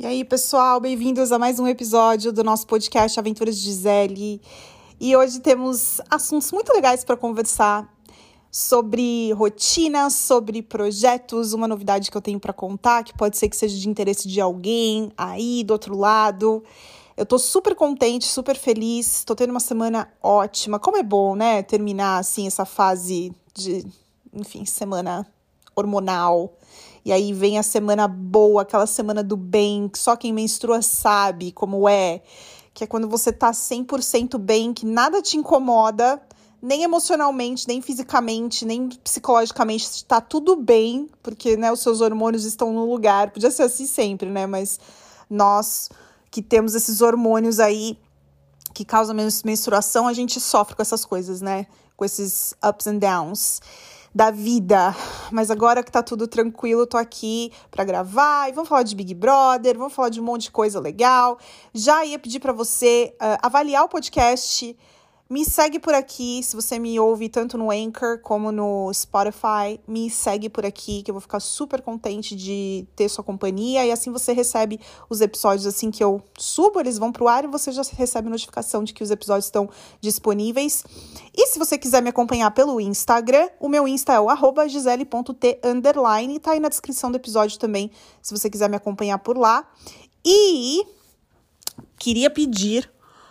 aí, pessoal, bem-vindos a mais um episódio do nosso podcast Aventuras de Gisele. E hoje temos assuntos muito legais para conversar sobre rotina, sobre projetos, uma novidade que eu tenho para contar, que pode ser que seja de interesse de alguém aí do outro lado. Eu tô super contente, super feliz, tô tendo uma semana ótima. Como é bom, né, terminar assim essa fase de, semana hormonal. E aí vem a semana boa, aquela semana do bem, que só quem menstrua sabe como é. Que é quando você tá 100% bem, que nada te incomoda, nem emocionalmente, nem fisicamente, nem psicologicamente. Tá tudo bem, porque, né, os seus hormônios estão no lugar. Podia ser assim sempre, né? Mas nós que temos esses hormônios aí que causam menstruação, a gente sofre com essas coisas, né? Com esses ups and downs da vida. Mas agora que tá tudo tranquilo, eu tô aqui pra gravar e vamos falar de Big Brother, vamos falar de um monte de coisa legal. Já ia pedir pra você avaliar o podcast. Me segue por aqui, se você me ouve tanto no Anchor como no Spotify, me segue por aqui, que eu vou ficar super contente de ter sua companhia, e assim você recebe os episódios assim que eu subo, eles vão pro ar e você já recebe notificação de que os episódios estão disponíveis. E se você quiser me acompanhar pelo Instagram, o meu Insta é o @gisele.t_, tá aí na descrição do episódio também, se você quiser me acompanhar por lá. E queria pedir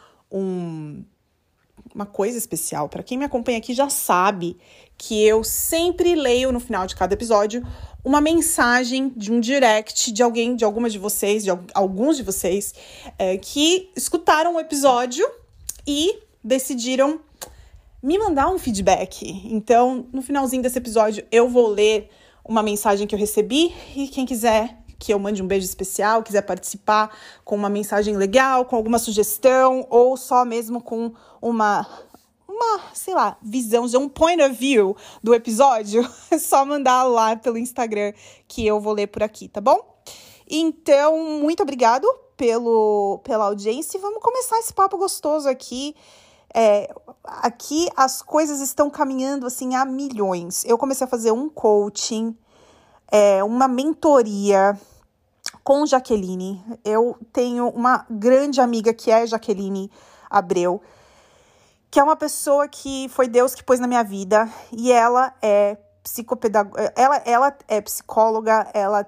uma coisa especial. Para quem me acompanha aqui já sabe que eu sempre leio no final de cada episódio uma mensagem de um direct de alguém, de algumas de vocês, de alguns de vocês, que escutaram o episódio e decidiram me mandar um feedback. Então, no finalzinho desse episódio, eu vou ler uma mensagem que eu recebi e quem quiser que eu mande um beijo especial, quiser participar com uma mensagem legal, com alguma sugestão, ou só mesmo com uma visão, um point of view do episódio, é só mandar lá pelo Instagram que eu vou ler por aqui, tá bom? Então, muito obrigado pela audiência e vamos começar esse papo gostoso aqui. Aqui as coisas estão caminhando assim a milhões. Eu comecei a fazer um coaching, uma mentoria com Jaqueline. Eu tenho uma grande amiga que é Jaqueline Abreu, que é uma pessoa que foi Deus que pôs na minha vida, e ela é psicopedagoga, ela é psicóloga, ela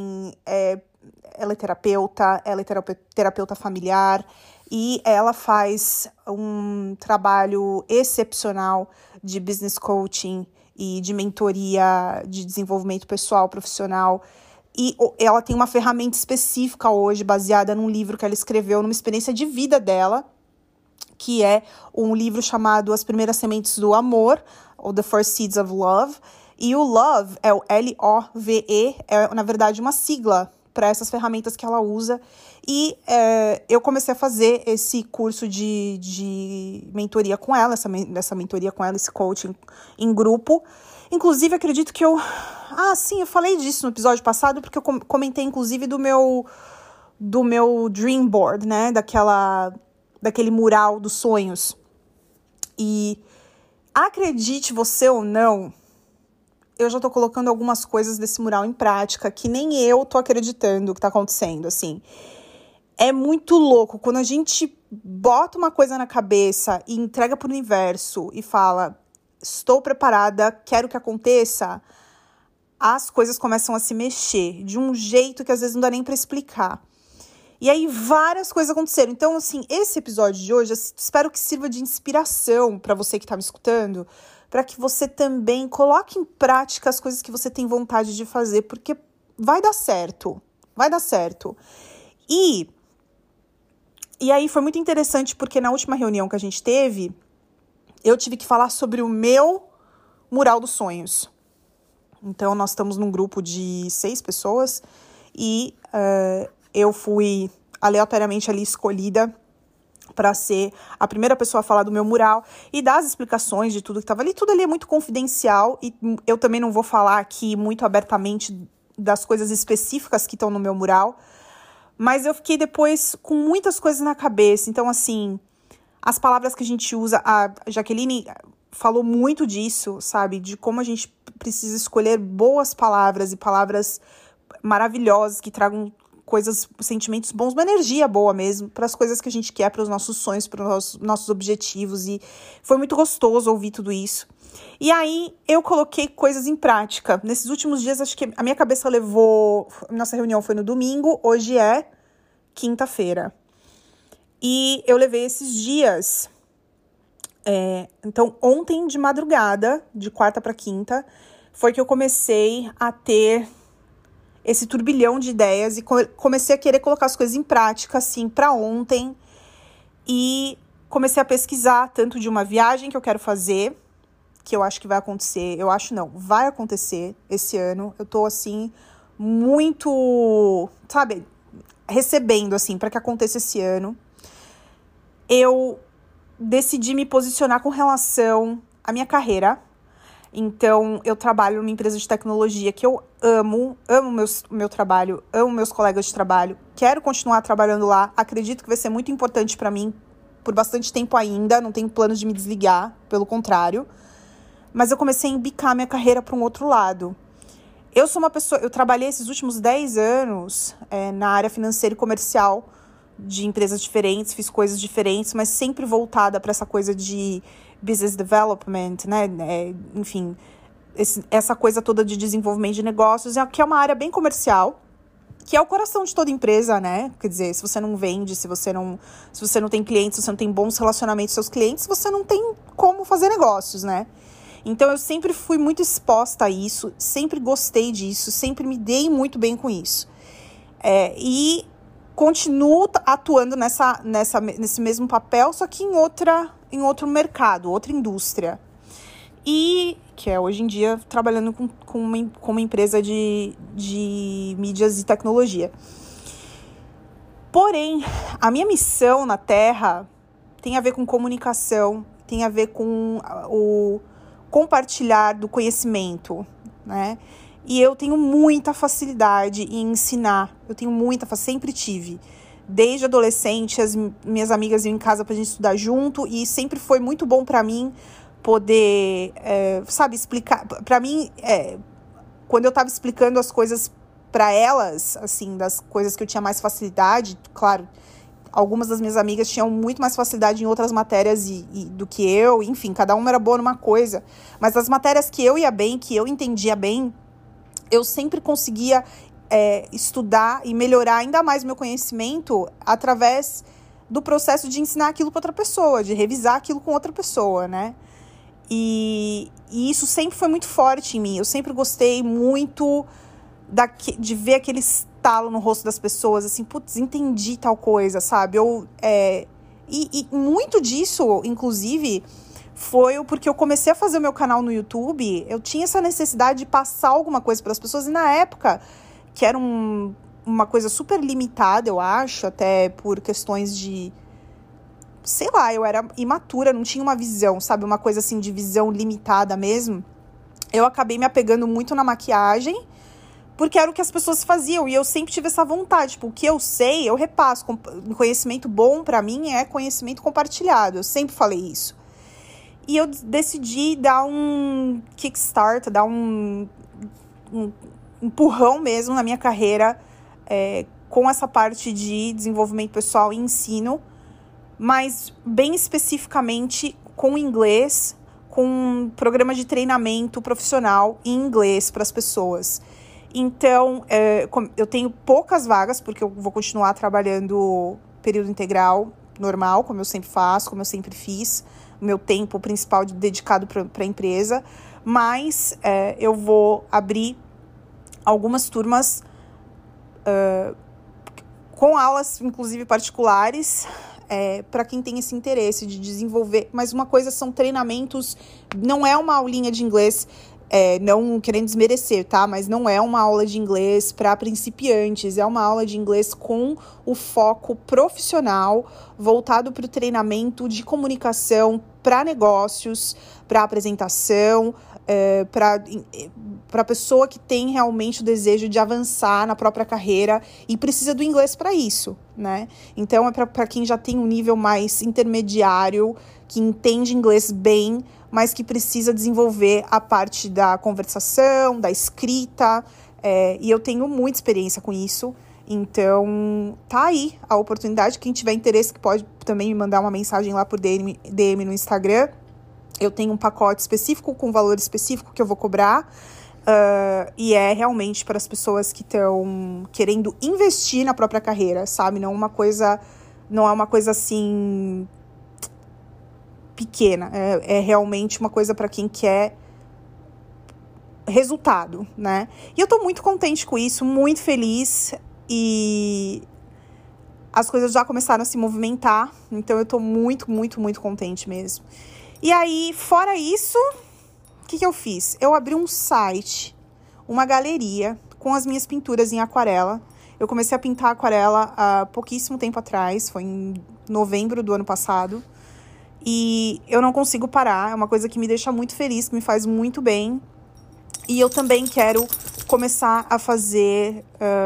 é terapeuta, ela é terapeuta familiar, e ela faz um trabalho excepcional de business coaching e de mentoria de desenvolvimento pessoal, profissional. E ela tem uma ferramenta específica hoje, baseada num livro que ela escreveu, numa experiência de vida dela, que é um livro chamado As Primeiras Sementes do Amor, ou The First Seeds of Love. E o Love é o L-O-V-E, é, na verdade, uma sigla para essas ferramentas que ela usa. E eu comecei a fazer esse curso de mentoria com ela, essa mentoria com ela, esse coaching em grupo. Inclusive, acredito que eu falei disso no episódio passado, porque eu comentei, inclusive, do meu dream board, né? Daquele mural dos sonhos. E acredite você ou não, eu já tô colocando algumas coisas desse mural em prática, que nem eu tô acreditando que tá acontecendo, assim. É muito louco quando a gente bota uma coisa na cabeça e entrega pro universo e fala: estou preparada, quero que aconteça, as coisas começam a se mexer de um jeito que às vezes não dá nem pra explicar. E aí várias coisas aconteceram. Então, assim, esse episódio de hoje, eu espero que sirva de inspiração para você que tá me escutando, para que você também coloque em prática as coisas que você tem vontade de fazer, porque vai dar certo. Vai dar certo. E aí foi muito interessante, porque na última reunião que a gente teve, eu tive que falar sobre o meu mural dos sonhos. Então, nós estamos num grupo de 6 pessoas e eu fui aleatoriamente ali escolhida para ser a primeira pessoa a falar do meu mural e dar as explicações de tudo que estava ali. Tudo ali é muito confidencial e eu também não vou falar aqui muito abertamente das coisas específicas que estão no meu mural, mas eu fiquei depois com muitas coisas na cabeça. Então, assim, as palavras que a gente usa, a Jaqueline falou muito disso, sabe? De como a gente precisa escolher boas palavras e palavras maravilhosas que tragam coisas, sentimentos bons, uma energia boa mesmo, para as coisas que a gente quer, para os nossos sonhos, para os nossos objetivos. E foi muito gostoso ouvir tudo isso. E aí, eu coloquei coisas em prática. Nesses últimos dias, acho que a minha cabeça levou... Nossa reunião foi no domingo, hoje é quinta-feira. E eu levei esses dias... Então, ontem de madrugada, de quarta para quinta, foi que eu comecei a ter esse turbilhão de ideias e comecei a querer colocar as coisas em prática, assim, para ontem. E comecei a pesquisar tanto de uma viagem que eu quero fazer, que eu acho que vai acontecer, vai acontecer esse ano. Eu tô, assim, muito, sabe, recebendo, assim, para que aconteça esse ano. Eu decidi me posicionar com relação à minha carreira. Então, eu trabalho numa empresa de tecnologia que eu amo meu trabalho, amo meus colegas de trabalho, quero continuar trabalhando lá, acredito que vai ser muito importante para mim por bastante tempo ainda, não tenho planos de me desligar, pelo contrário. Mas eu comecei a embicar minha carreira para um outro lado. Eu sou uma pessoa, eu trabalhei esses últimos 10 anos na área financeira e comercial de empresas diferentes, fiz coisas diferentes, mas sempre voltada para essa coisa de business development, né? Enfim, essa coisa toda de desenvolvimento de negócios, que é uma área bem comercial, que é o coração de toda empresa, né? Quer dizer, se você não vende, se você não tem clientes, se você não tem bons relacionamentos com seus clientes, você não tem como fazer negócios, né? Então, eu sempre fui muito exposta a isso, sempre gostei disso, sempre me dei muito bem com isso. E continuo atuando nesse mesmo papel, só que em outro mercado, outra indústria. E que é hoje em dia trabalhando com uma empresa de mídias e tecnologia. Porém, a minha missão na Terra tem a ver com comunicação, tem a ver com o compartilhar do conhecimento, né? E eu tenho muita facilidade em ensinar. Sempre tive. Desde adolescente, as minhas amigas iam em casa pra gente estudar junto. E sempre foi muito bom pra mim poder, explicar. Pra mim, quando eu tava explicando as coisas pra elas, assim, das coisas que eu tinha mais facilidade, claro, algumas das minhas amigas tinham muito mais facilidade em outras matérias do que eu. Enfim, cada uma era boa numa coisa. Mas as matérias que eu ia bem, que eu entendia bem, eu sempre conseguia estudar e melhorar ainda mais o meu conhecimento através do processo de ensinar aquilo para outra pessoa, de revisar aquilo com outra pessoa, né? E isso sempre foi muito forte em mim. Eu sempre gostei muito de ver aquele estalo no rosto das pessoas, assim, putz, entendi tal coisa, sabe? E muito disso, inclusive, foi porque eu comecei a fazer o meu canal no YouTube, eu tinha essa necessidade de passar alguma coisa para as pessoas, e na época, que era uma coisa super limitada, eu acho, até por questões de, sei lá, eu era imatura, não tinha uma visão, sabe, uma coisa assim de visão limitada mesmo, eu acabei me apegando muito na maquiagem, porque era o que as pessoas faziam, e eu sempre tive essa vontade, tipo, o que eu sei, eu repasso, conhecimento bom pra mim é conhecimento compartilhado, eu sempre falei isso. E eu decidi dar um kickstart, dar um empurrão mesmo na minha carreira com essa parte de desenvolvimento pessoal e ensino, mas bem especificamente com inglês, com um programa de treinamento profissional em inglês para as pessoas. Então, eu tenho poucas vagas, porque eu vou continuar trabalhando período integral normal, como eu sempre faço, como eu sempre fiz, o meu tempo principal dedicado para a empresa, mas eu vou abrir algumas turmas com aulas, inclusive particulares, para quem tem esse interesse de desenvolver. Mas uma coisa são treinamentos, não é uma aulinha de inglês, não querendo desmerecer, tá? Mas não é uma aula de inglês para principiantes, é uma aula de inglês com o foco profissional, voltado para o treinamento de comunicação para negócios, para apresentação, para a pessoa que tem realmente o desejo de avançar na própria carreira e precisa do inglês para isso, né? Então, é para quem já tem um nível mais intermediário, que entende inglês bem, mas que precisa desenvolver a parte da conversação, da escrita, e eu tenho muita experiência com isso. Então, tá aí a oportunidade. Quem tiver interesse, que pode também me mandar uma mensagem lá por DM no Instagram. Eu tenho um pacote específico, com valor específico que eu vou cobrar. E é realmente para as pessoas que estão querendo investir na própria carreira, sabe? Não é uma coisa assim pequena. É realmente uma coisa para quem quer resultado, né? E eu tô muito contente com isso, muito feliz. E as coisas já começaram a se movimentar. Então eu tô muito, muito, muito contente mesmo. E aí, fora isso, o que eu fiz? Eu abri um site, uma galeria, com as minhas pinturas em aquarela. Eu comecei a pintar aquarela há pouquíssimo tempo atrás, foi em novembro do ano passado. E eu não consigo parar, é uma coisa que me deixa muito feliz, que me faz muito bem. E eu também quero começar a fazer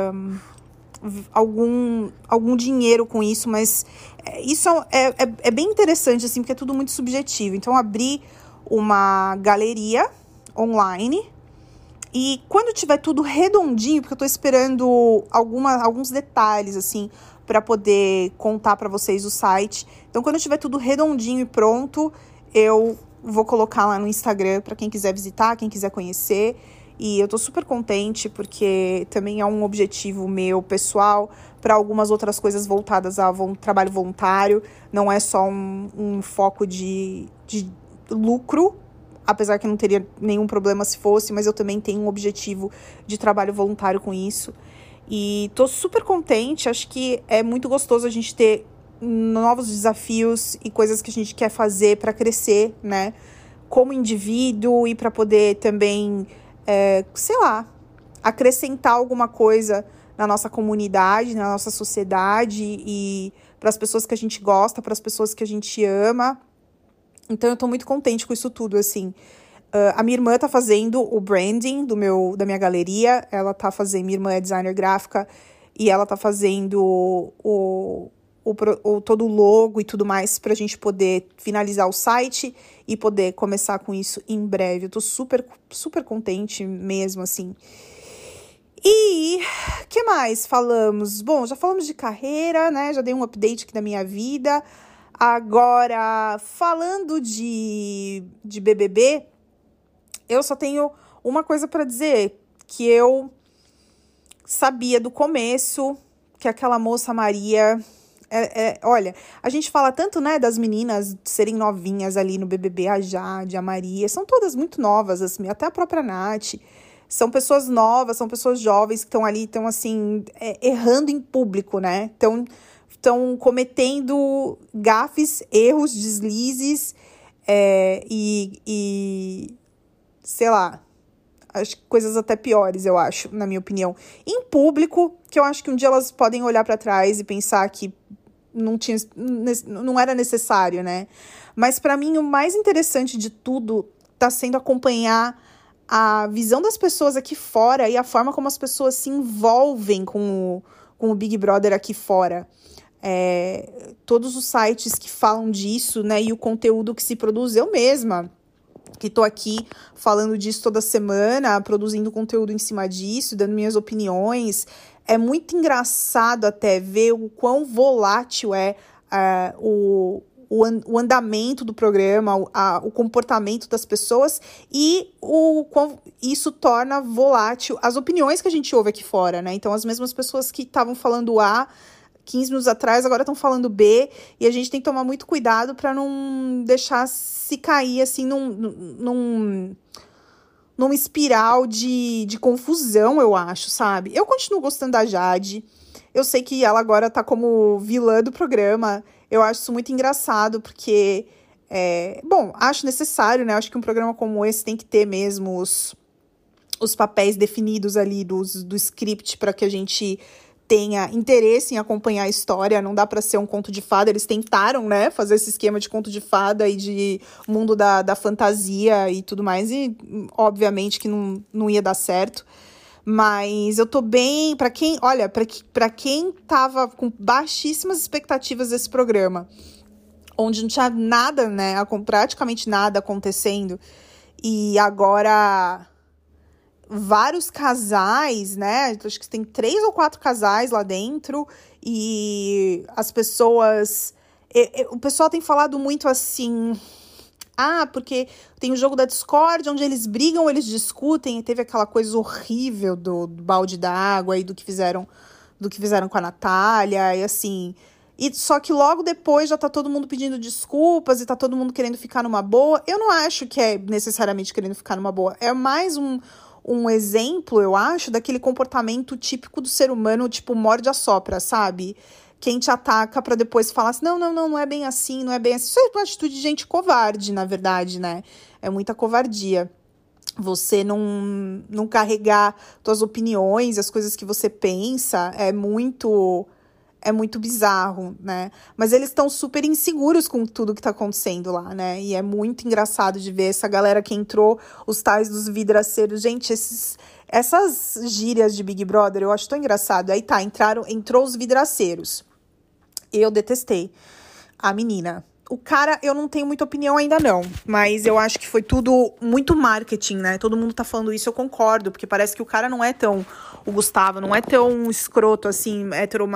algum dinheiro com isso, mas isso é bem interessante, assim, porque é tudo muito subjetivo. Então, abri uma galeria online e quando tiver tudo redondinho, porque eu tô esperando alguns detalhes, assim, para poder contar para vocês o site. Então, quando tiver tudo redondinho e pronto, eu vou colocar lá no Instagram para quem quiser visitar, quem quiser conhecer. E eu tô super contente porque também é um objetivo meu pessoal para algumas outras coisas voltadas ao trabalho voluntário. Não é só um foco de lucro, apesar que não teria nenhum problema se fosse, mas eu também tenho um objetivo de trabalho voluntário com isso. E tô super contente, acho que é muito gostoso a gente ter novos desafios e coisas que a gente quer fazer para crescer, né? Como indivíduo e para poder também, acrescentar alguma coisa na nossa comunidade, na nossa sociedade e para as pessoas que a gente gosta, para as pessoas que a gente ama. Então, eu tô muito contente com isso tudo, assim. A minha irmã tá fazendo o branding da minha galeria. Minha irmã é designer gráfica e ela tá fazendo todo o logo e tudo mais pra gente poder finalizar o site e poder começar com isso em breve. Eu tô super, super contente mesmo, assim. E o que mais falamos? Bom, já falamos de carreira, né? Já dei um update aqui da minha vida. Agora, falando de BBB, eu só tenho uma coisa para dizer, que eu sabia do começo que aquela moça Maria... olha, a gente fala tanto, né, das meninas serem novinhas ali no BBB, a Jade, a Maria, são todas muito novas, assim, até a própria Nath. São pessoas novas, são pessoas jovens que estão ali, estão assim, errando em público, né? Estão cometendo gafes, erros, deslizes e sei lá, acho que coisas até piores, eu acho, na minha opinião. Em público, que eu acho que um dia elas podem olhar para trás e pensar que não era necessário, né? Mas para mim o mais interessante de tudo tá sendo acompanhar a visão das pessoas aqui fora e a forma como as pessoas se envolvem com o Big Brother aqui fora. Todos os sites que falam disso, né, e o conteúdo que se produz, eu mesma, que tô aqui falando disso toda semana, produzindo conteúdo em cima disso, dando minhas opiniões. É muito engraçado até ver o quão volátil o andamento do programa, o comportamento das pessoas e o quão isso torna volátil as opiniões que a gente ouve aqui fora, né? Então, as mesmas pessoas que estavam falando A 15 minutos atrás, agora estão falando B, e a gente tem que tomar muito cuidado para não deixar se cair, assim, numa espiral de confusão, eu acho, sabe? Eu continuo gostando da Jade, eu sei que ela agora tá como vilã do programa, eu acho isso muito engraçado, porque, acho necessário, né? Acho que um programa como esse tem que ter mesmo os papéis definidos ali do script para que a gente tenha interesse em acompanhar a história, não dá para ser um conto de fada. Eles tentaram, né, fazer esse esquema de conto de fada e de mundo da fantasia e tudo mais, e obviamente que não ia dar certo. Mas eu tô bem, para quem tava com baixíssimas expectativas desse programa, onde não tinha nada, né, praticamente nada acontecendo, e agora vários casais, né? Acho que tem 3 ou 4 casais lá dentro. E as pessoas... O pessoal tem falado muito assim... Ah, porque tem o jogo da Discord, onde eles brigam, eles discutem. E teve aquela coisa horrível do balde d'água e do que fizeram com a Natália. E assim... E só que logo depois já tá todo mundo pedindo desculpas e tá todo mundo querendo ficar numa boa. Eu não acho que é necessariamente querendo ficar numa boa. É mais um exemplo, eu acho, daquele comportamento típico do ser humano, tipo, morde-a-sopra, sabe? Quem te ataca pra depois falar assim, não é bem assim, não é bem assim. Isso é uma atitude de gente covarde, na verdade, né? É muita covardia. Você não carregar suas opiniões, as coisas que você pensa, é muito bizarro, né? Mas eles estão super inseguros com tudo que tá acontecendo lá, né? E é muito engraçado de ver essa galera que entrou, os tais dos vidraceiros. Gente, essas gírias de Big Brother, eu acho tão engraçado. Aí tá, entrou os vidraceiros. Eu detestei a menina. O cara, eu não tenho muita opinião ainda não, mas eu acho que foi tudo muito marketing, né? Todo mundo tá falando isso, eu concordo, porque parece que o cara não é tão... O Gustavo não é tão escroto assim,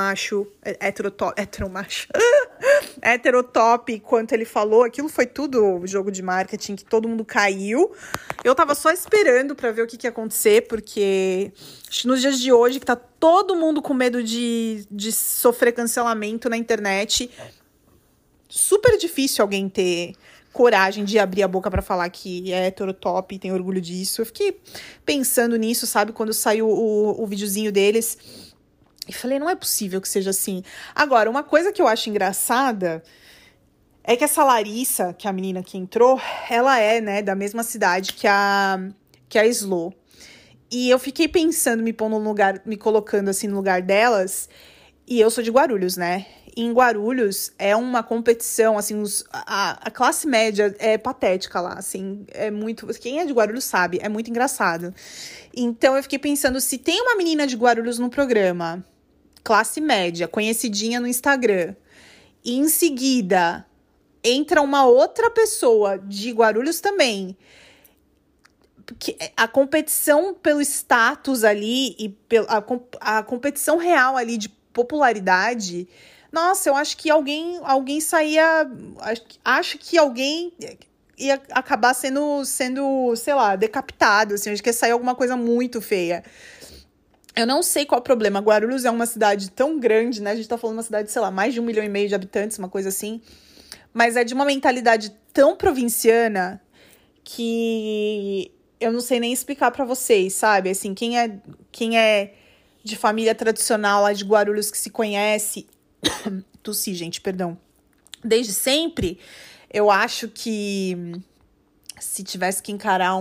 heterotop quanto ele falou. Aquilo foi tudo jogo de marketing, que todo mundo caiu. Eu tava só esperando pra ver o que ia acontecer, porque nos dias de hoje, que tá todo mundo com medo de sofrer cancelamento na internet... Super difícil alguém ter coragem de abrir a boca pra falar que é heterotop e tem orgulho disso. Eu fiquei pensando nisso, sabe? Quando saiu o videozinho deles. E falei, não é possível que seja assim. Agora, uma coisa que eu acho engraçada é que essa Larissa, que é a menina que entrou, ela é, né, da mesma cidade que a Slo. E eu fiquei pensando, me pondo no lugar, me colocando assim no lugar delas. E eu sou de Guarulhos, né? Em Guarulhos é uma competição, assim, a classe média é patética lá, assim, é muito... Quem é de Guarulhos sabe, é muito engraçado. Então eu fiquei pensando, se tem uma menina de Guarulhos no programa, classe média, conhecidinha no Instagram, e em seguida entra uma outra pessoa de Guarulhos também, porque a competição pelo status ali e a competição real ali de popularidade... Nossa, eu acho que alguém saía... Acho que alguém ia acabar sendo, sei lá, decapitado, assim. Acho que ia sair alguma coisa muito feia. Eu não sei qual é o problema. Guarulhos é uma cidade tão grande, né? A gente tá falando de uma cidade, sei lá, mais de 1,5 milhão de habitantes, uma coisa assim. Mas é de uma mentalidade tão provinciana que eu não sei nem explicar pra vocês, sabe? Assim, quem é de família tradicional lá de Guarulhos que se conhece... Tossi, gente, perdão. Desde sempre, eu acho que se tivesse que encarar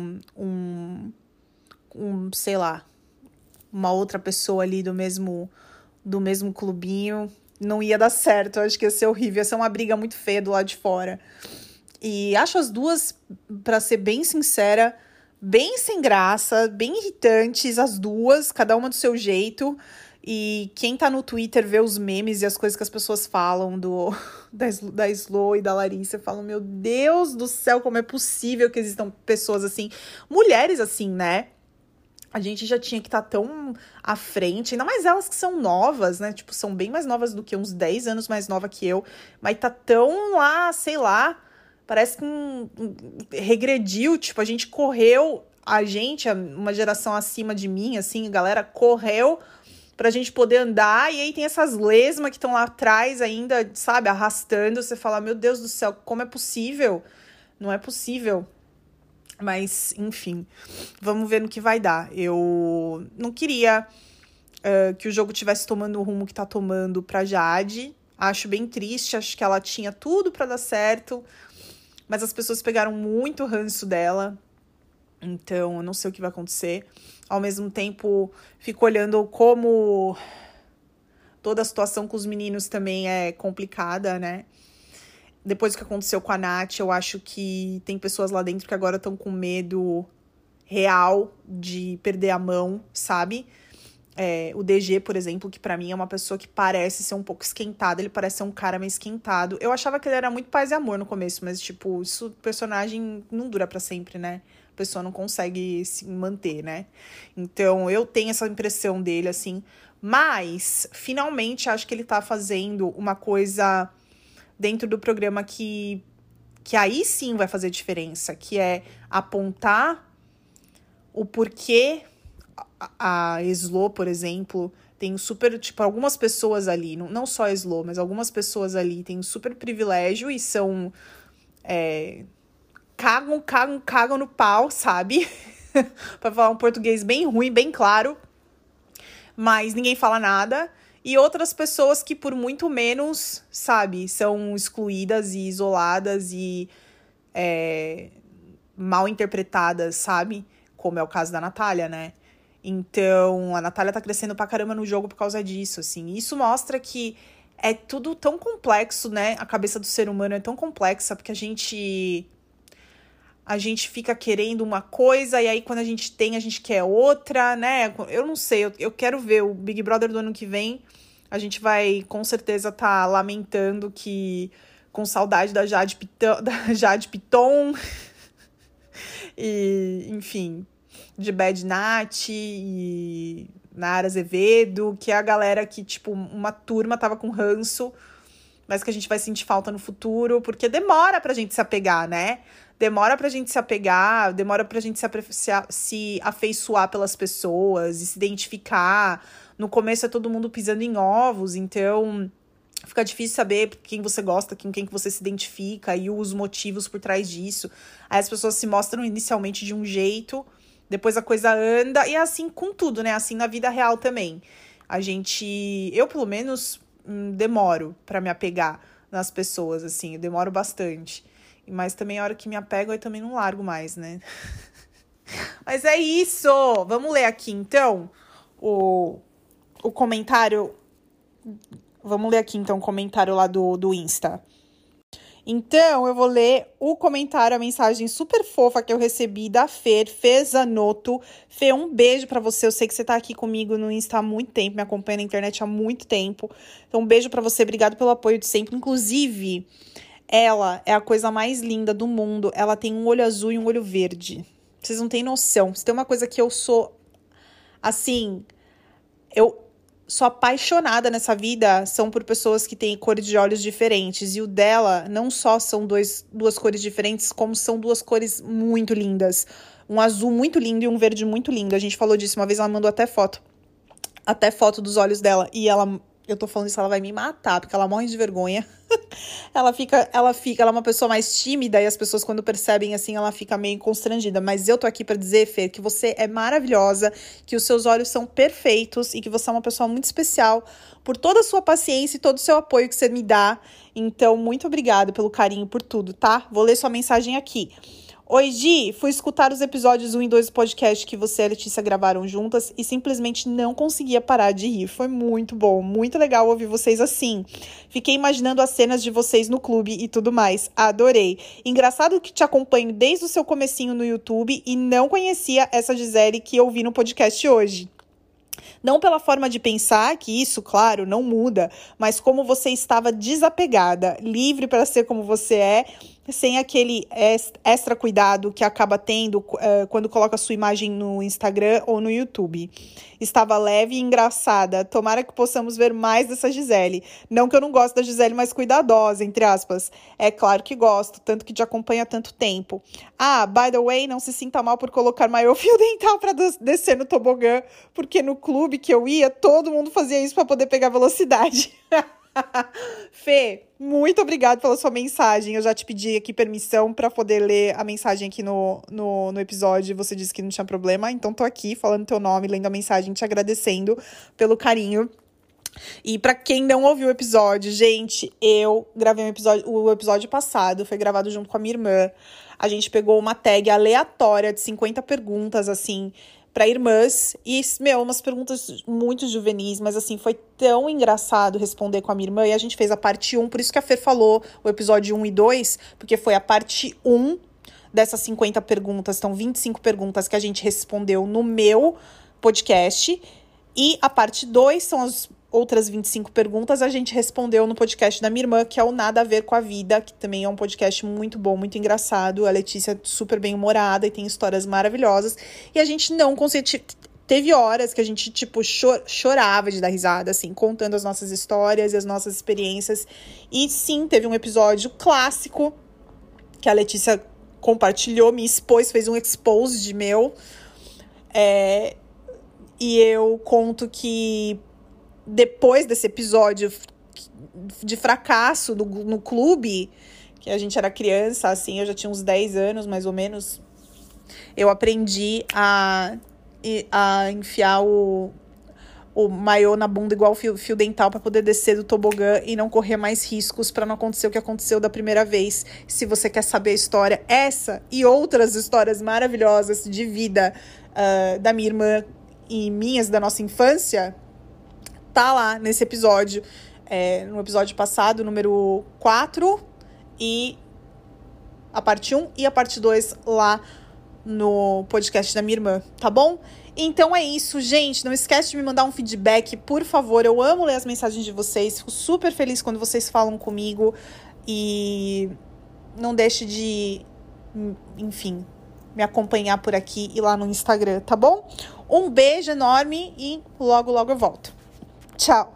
sei lá, uma outra pessoa ali do mesmo clubinho, não ia dar certo. Eu acho que ia ser horrível, ia ser uma briga muito feia do lado de fora. E acho as duas, pra ser bem sincera, bem sem graça, bem irritantes, as duas, cada uma do seu jeito. E quem tá no Twitter vê os memes e as coisas que as pessoas falam da Slo e da Larissa, falam, meu Deus do céu, como é possível que existam pessoas assim, mulheres assim, né? A gente já tinha que estar tão à frente, ainda mais elas que são novas, né? Tipo, são bem mais novas do que uns 10 anos mais nova que eu, mas tá tão lá, sei lá, parece que regrediu, tipo, a gente correu, uma geração acima de mim, assim, a galera correu pra gente poder andar, e aí tem essas lesmas que estão lá atrás ainda, sabe, arrastando, você fala, meu Deus do céu, como é possível? Não é possível. Mas, enfim, vamos ver no que vai dar. Eu não queria que o jogo tivesse tomando o rumo que tá tomando pra Jade. Acho bem triste, acho que ela tinha tudo pra dar certo, mas as pessoas pegaram muito ranço dela. Então, eu não sei o que vai acontecer. Ao mesmo tempo, fico olhando como toda a situação com os meninos também é complicada, né? Depois do que aconteceu com a Nath, eu acho que tem pessoas lá dentro que agora estão com medo real de perder a mão, sabe? o DG, por exemplo, que pra mim é uma pessoa que parece ser um pouco esquentada, ele parece ser um cara meio esquentado. Eu achava que ele era muito paz e amor no começo, mas, tipo, isso, personagem não dura pra sempre, né? A pessoa não consegue se manter, né? Então, eu tenho essa impressão dele, assim. Mas, finalmente, acho que ele tá fazendo uma coisa dentro do programa que aí sim vai fazer diferença, que é apontar o porquê a Slo, por exemplo, tem super, tipo, algumas pessoas ali, não só a Slo, mas algumas pessoas ali têm um super privilégio e são cagam no pau, sabe? Pra falar um português bem ruim, bem claro, mas ninguém fala nada. E outras pessoas que por muito menos, sabe, são excluídas e isoladas e mal interpretadas, sabe? Como é o caso da Natália, né? Então, a Natália tá crescendo pra caramba no jogo por causa disso, assim. Isso mostra que é tudo tão complexo, né? A cabeça do ser humano é tão complexa, porque a gente fica querendo uma coisa e aí quando a gente tem, a gente quer outra, né? Eu não sei, eu quero ver o Big Brother do ano que vem. A gente vai, com certeza, tá lamentando que... Com saudade da Jade Piton. E, enfim, de Bad Nat e Nara Azevedo, que é a galera que, tipo, uma turma tava com ranço, mas que a gente vai sentir falta no futuro, porque demora pra gente se apegar, né? Demora pra gente se apegar, demora pra gente se afeiçoar pelas pessoas e se identificar. No começo é todo mundo pisando em ovos, então fica difícil saber quem você gosta, com quem que você se identifica e os motivos por trás disso. Aí as pessoas se mostram inicialmente de um jeito, depois a coisa anda, e é assim com tudo, né? Assim na vida real também. Eu pelo menos demoro pra me apegar nas pessoas, assim, eu demoro bastante. Mas também a hora que me apego, eu também não largo mais, né? Mas é isso! Vamos ler aqui, então, o comentário. Vamos ler aqui, então, o comentário lá do Insta. Então, eu vou ler o comentário, a mensagem super fofa que eu recebi da Fer Zanotto. Fê, um beijo pra você. Eu sei que você tá aqui comigo no Insta há muito tempo, me acompanha na internet há muito tempo. Então, um beijo pra você. Obrigado pelo apoio de sempre. Inclusive, ela é a coisa mais linda do mundo. Ela tem um olho azul e um olho verde. Vocês não têm noção. Se tem uma coisa que eu sou, assim, eu sou apaixonada nessa vida, são por pessoas que têm cores de olhos diferentes. E o dela não só são duas cores diferentes, como são duas cores muito lindas. Um azul muito lindo e um verde muito lindo. A gente falou disso uma vez, ela mandou até foto dos olhos dela. E eu tô falando isso, ela vai me matar, porque ela morre de vergonha. Ela é uma pessoa mais tímida e as pessoas, quando percebem assim, ela fica meio constrangida. Mas eu tô aqui pra dizer, Fê, que você é maravilhosa, que os seus olhos são perfeitos e que você é uma pessoa muito especial por toda a sua paciência e todo o seu apoio que você me dá. Então, muito obrigada pelo carinho, por tudo, tá? Vou ler sua mensagem aqui. Oi, Gi, fui escutar os episódios 1 e 2 do podcast que você e a Letícia gravaram juntas e simplesmente não conseguia parar de rir. Foi muito bom, muito legal ouvir vocês assim. Fiquei imaginando as cenas de vocês no clube e tudo mais. Adorei. Engraçado que te acompanho desde o seu comecinho no YouTube e não conhecia essa Gisele que eu vi no podcast hoje. Não pela forma de pensar, que isso, claro, não muda, mas como você estava desapegada, livre para ser como você é, sem aquele extra cuidado que acaba tendo quando coloca a sua imagem no Instagram ou no YouTube. Estava leve e engraçada. Tomara que possamos ver mais dessa Gisele. Não que eu não gosto da Gisele mais cuidadosa, entre aspas. É claro que gosto, tanto que te acompanha há tanto tempo. Ah, by the way, não se sinta mal por colocar maior fio dental para descer no tobogã, porque no clube que eu ia, todo mundo fazia isso para poder pegar velocidade. Fê, muito obrigada pela sua mensagem. Eu já te pedi aqui permissão para poder ler a mensagem aqui no episódio. Você disse que não tinha problema, então tô aqui falando teu nome, lendo a mensagem, te agradecendo pelo carinho. E pra quem não ouviu o episódio, gente, eu gravei o episódio passado, foi gravado junto com a minha irmã. A gente pegou uma tag aleatória de 50 perguntas, assim, para irmãs, e, umas perguntas muito juvenis, mas assim, foi tão engraçado responder com a minha irmã, e a gente fez a parte 1, por isso que a Fer falou o episódio 1 e 2, porque foi a parte 1 dessas 50 perguntas, então 25 perguntas que a gente respondeu no meu podcast, E a parte 2 são as outras 25 perguntas, a gente respondeu no podcast da minha irmã, que é o Nada a Ver com a Vida, que também é um podcast muito bom, muito engraçado. A Letícia é super bem-humorada e tem histórias maravilhosas. E a gente não conseguiu... Teve horas que a gente, tipo, chorava de dar risada, assim, contando as nossas histórias e as nossas experiências. E sim, teve um episódio clássico que a Letícia compartilhou, me expôs, fez um expose de meu. E eu conto que depois desse episódio de fracasso no clube, que a gente era criança, assim, eu já tinha uns 10 anos, mais ou menos, eu aprendi a enfiar o maiô na bunda igual fio dental para poder descer do tobogã e não correr mais riscos, para não acontecer o que aconteceu da primeira vez. Se você quer saber a história, essa e outras histórias maravilhosas de vida da minha irmã e minhas da nossa infância, tá lá nesse episódio, no episódio passado, número 4, e a parte 1 e a parte 2 lá no podcast da minha irmã, tá bom? Então é isso, gente. Não esquece de me mandar um feedback, por favor. Eu amo ler as mensagens de vocês. Fico super feliz quando vocês falam comigo. E não deixe de, enfim, me acompanhar por aqui e lá no Instagram, tá bom? Um beijo enorme e logo, logo eu volto. Tchau!